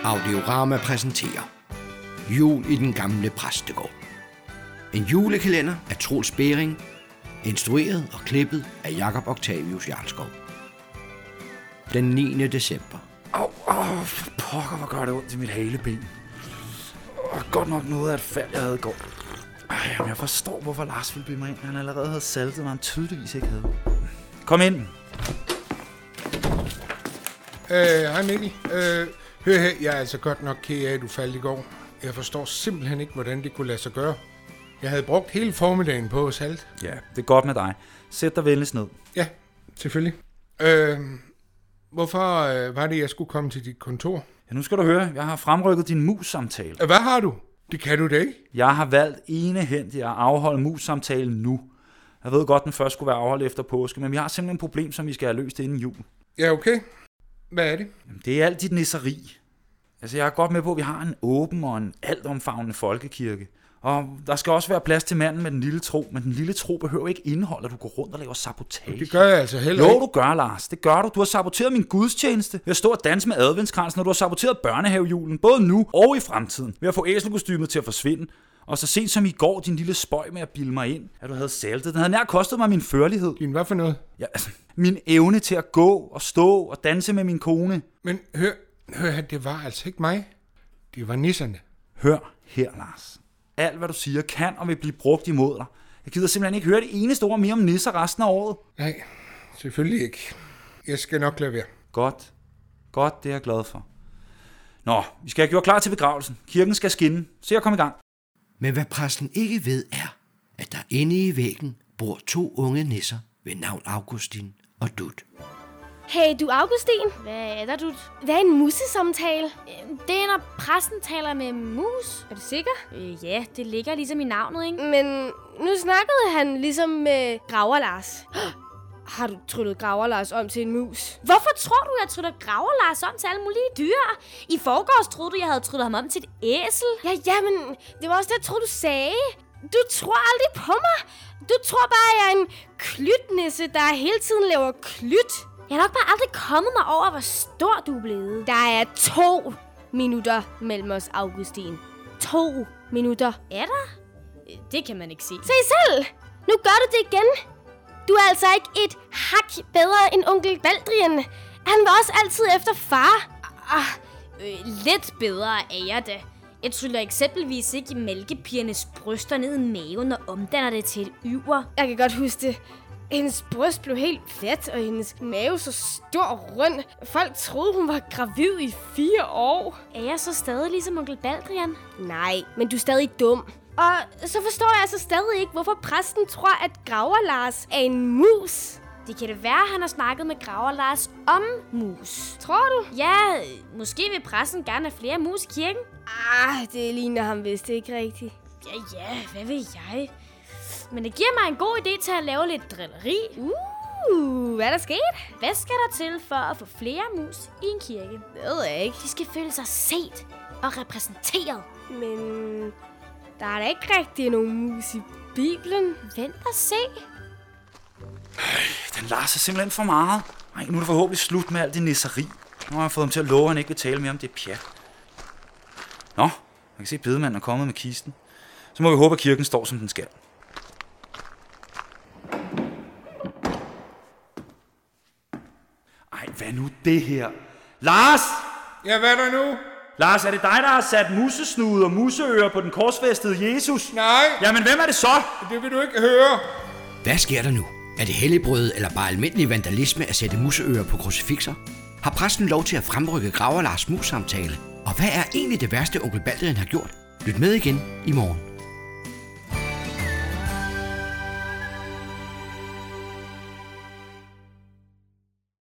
Audiorama præsenterer Jul i den gamle præstegård. En julekalender af Troels Bering, instrueret og klippet af Jakob Octavius Jarlskov. Den 9. december. For pokker, hvor gør det ondt i mit haleben. Godt nok noget af et fald, jeg havde i går. Jamen, jeg forstår, hvorfor Lars ville blive mig ind. Han allerede havde saltet mig, han tydeligvis ikke havde. Kom ind. Hej Mikkel. Hør her, jeg er altså godt nok ked af, at du faldt i går. Jeg forstår simpelthen ikke, hvordan det kunne lade sig gøre. Jeg havde brugt hele formiddagen på at salte. Ja, det er godt med dig. Sæt dig venligst ned. Ja, selvfølgelig. Hvorfor var det, jeg skulle komme til dit kontor? Ja, nu skal du høre. Jeg har fremrykket din mus-samtale. Hvad har du? Det kan du da ikke. Jeg har valgt enehændigt at afholde mus-samtalen nu. Jeg ved godt, den først skulle være afholdt efter påske, men vi har simpelthen et problem, som vi skal have løst inden jul. Ja, okay. Hvad er det? Jamen, det er alt dit nisseri. Altså, jeg er godt med på, at vi har en åben og en altomfavnende folkekirke. Og der skal også være plads til manden med den lille tro, men den lille tro behøver ikke indeholde, at du går rundt og laver sabotage. Det gør jeg altså heller ikke. Jo, du gør, Lars. Det gør du. Du har saboteret min gudstjeneste ved at stå og danse med adventskransen, og du har saboteret børnehavejulen, både nu og i fremtiden, ved at få æselkostymet til at forsvinde. Og så sent som i går, din lille spøj med at bilde mig ind, at du havde saltet. Den havde nær kostet mig min førlighed. Din hvad for noget? Ja, altså, min evne til at gå og stå og danse med min kone. Men hør, det var altså ikke mig. Det var nisserne. Hør her, Lars. Alt, hvad du siger, kan og vil blive brugt imod dig. Jeg gider simpelthen ikke høre det eneste ord mere om nisser resten af året. Nej, selvfølgelig ikke. Jeg skal nok lade være. Godt. Godt, det er jeg glad for. Nå, vi skal have gjort klar til begravelsen. Kirken skal skinne. Se at komme i gang. Men hvad præsten ikke ved er, at der inde i væggen bor 2 unge nisser ved navn Augustin og Dut. Hey, du Augustin. Hvad er der, Dut? Hvad er en musesamtale? Det er, når præsten taler med mus. Er du sikker? Ja, det ligger ligesom i navnet, ikke? Men nu snakkede han ligesom med Graver Lars. Har du tryllet Graver Lars om til en mus? Hvorfor tror du, jeg tryller Graver Lars om til alle mulige dyr? I forgårs troede du, jeg havde tryllet ham om til et æsel. Ja, men det var også det, jeg troede, du sagde. Du tror aldrig på mig. Du tror bare, at jeg er en klytnisse, der hele tiden laver klyt. Jeg har nok bare aldrig kommet mig over, hvor stor du er blevet. Der er 2 minutter mellem os, Augustin. 2 minutter. Er der? Det kan man ikke se. Se selv! Nu gør du det igen. Du er altså ikke et hak bedre end onkel Baldrian. Han var også altid efter far. Lidt bedre er jeg da. Jeg tryller eksempelvis ikke mælkepigernes bryster ned i maven og omdanner det til et yver. Jeg kan godt huske det. Hendes bryst blev helt flat, og hendes mave så stor og rund. Folk troede, hun var gravid i 4 år. Er jeg så stadig ligesom onkel Baldrian? Nej, men du er stadig dum. Og så forstår jeg altså stadig ikke, hvorfor præsten tror, at Graver Lars er en mus. Det kan det være, at han har snakket med Graver Lars om mus. Tror du? Ja, måske vil præsten gerne have flere mus i kirken. Det ligner ham vist ikke rigtigt. Ja, hvad ved jeg? Men det giver mig en god idé til at lave lidt drilleri. Hvad er der sket? Hvad skal der til for at få flere mus i en kirke? Det ved jeg ikke. De skal føle sig set og repræsenteret. Men der er da ikke rigtig nogen mus i Bibelen. Vent og se. Den Lars er simpelthen for meget. Ej, nu er det forhåbentlig slut med alt det nisseri. Nu har jeg fået ham til at love, at han ikke vil tale mere om det pjat. Nå, jeg kan se, at bedemanden er kommet med kisten. Så må vi håbe, at kirken står, som den skal. Ej, hvad nu det her? Lars! Ja, hvad er der nu? Lars, er det dig, der har sat musesnude og museører på den korsfæstede Jesus? Nej. Jamen, hvem er det så? Det vil du ikke høre. Hvad sker der nu? Er det helligbrød eller bare almindelig vandalisme at sætte museører på krucifixer? Har præsten lov til at fremrykke Graver Lars mus-samtale? Og hvad er egentlig det værste, onkel Baldrian har gjort? Lyt med igen i morgen.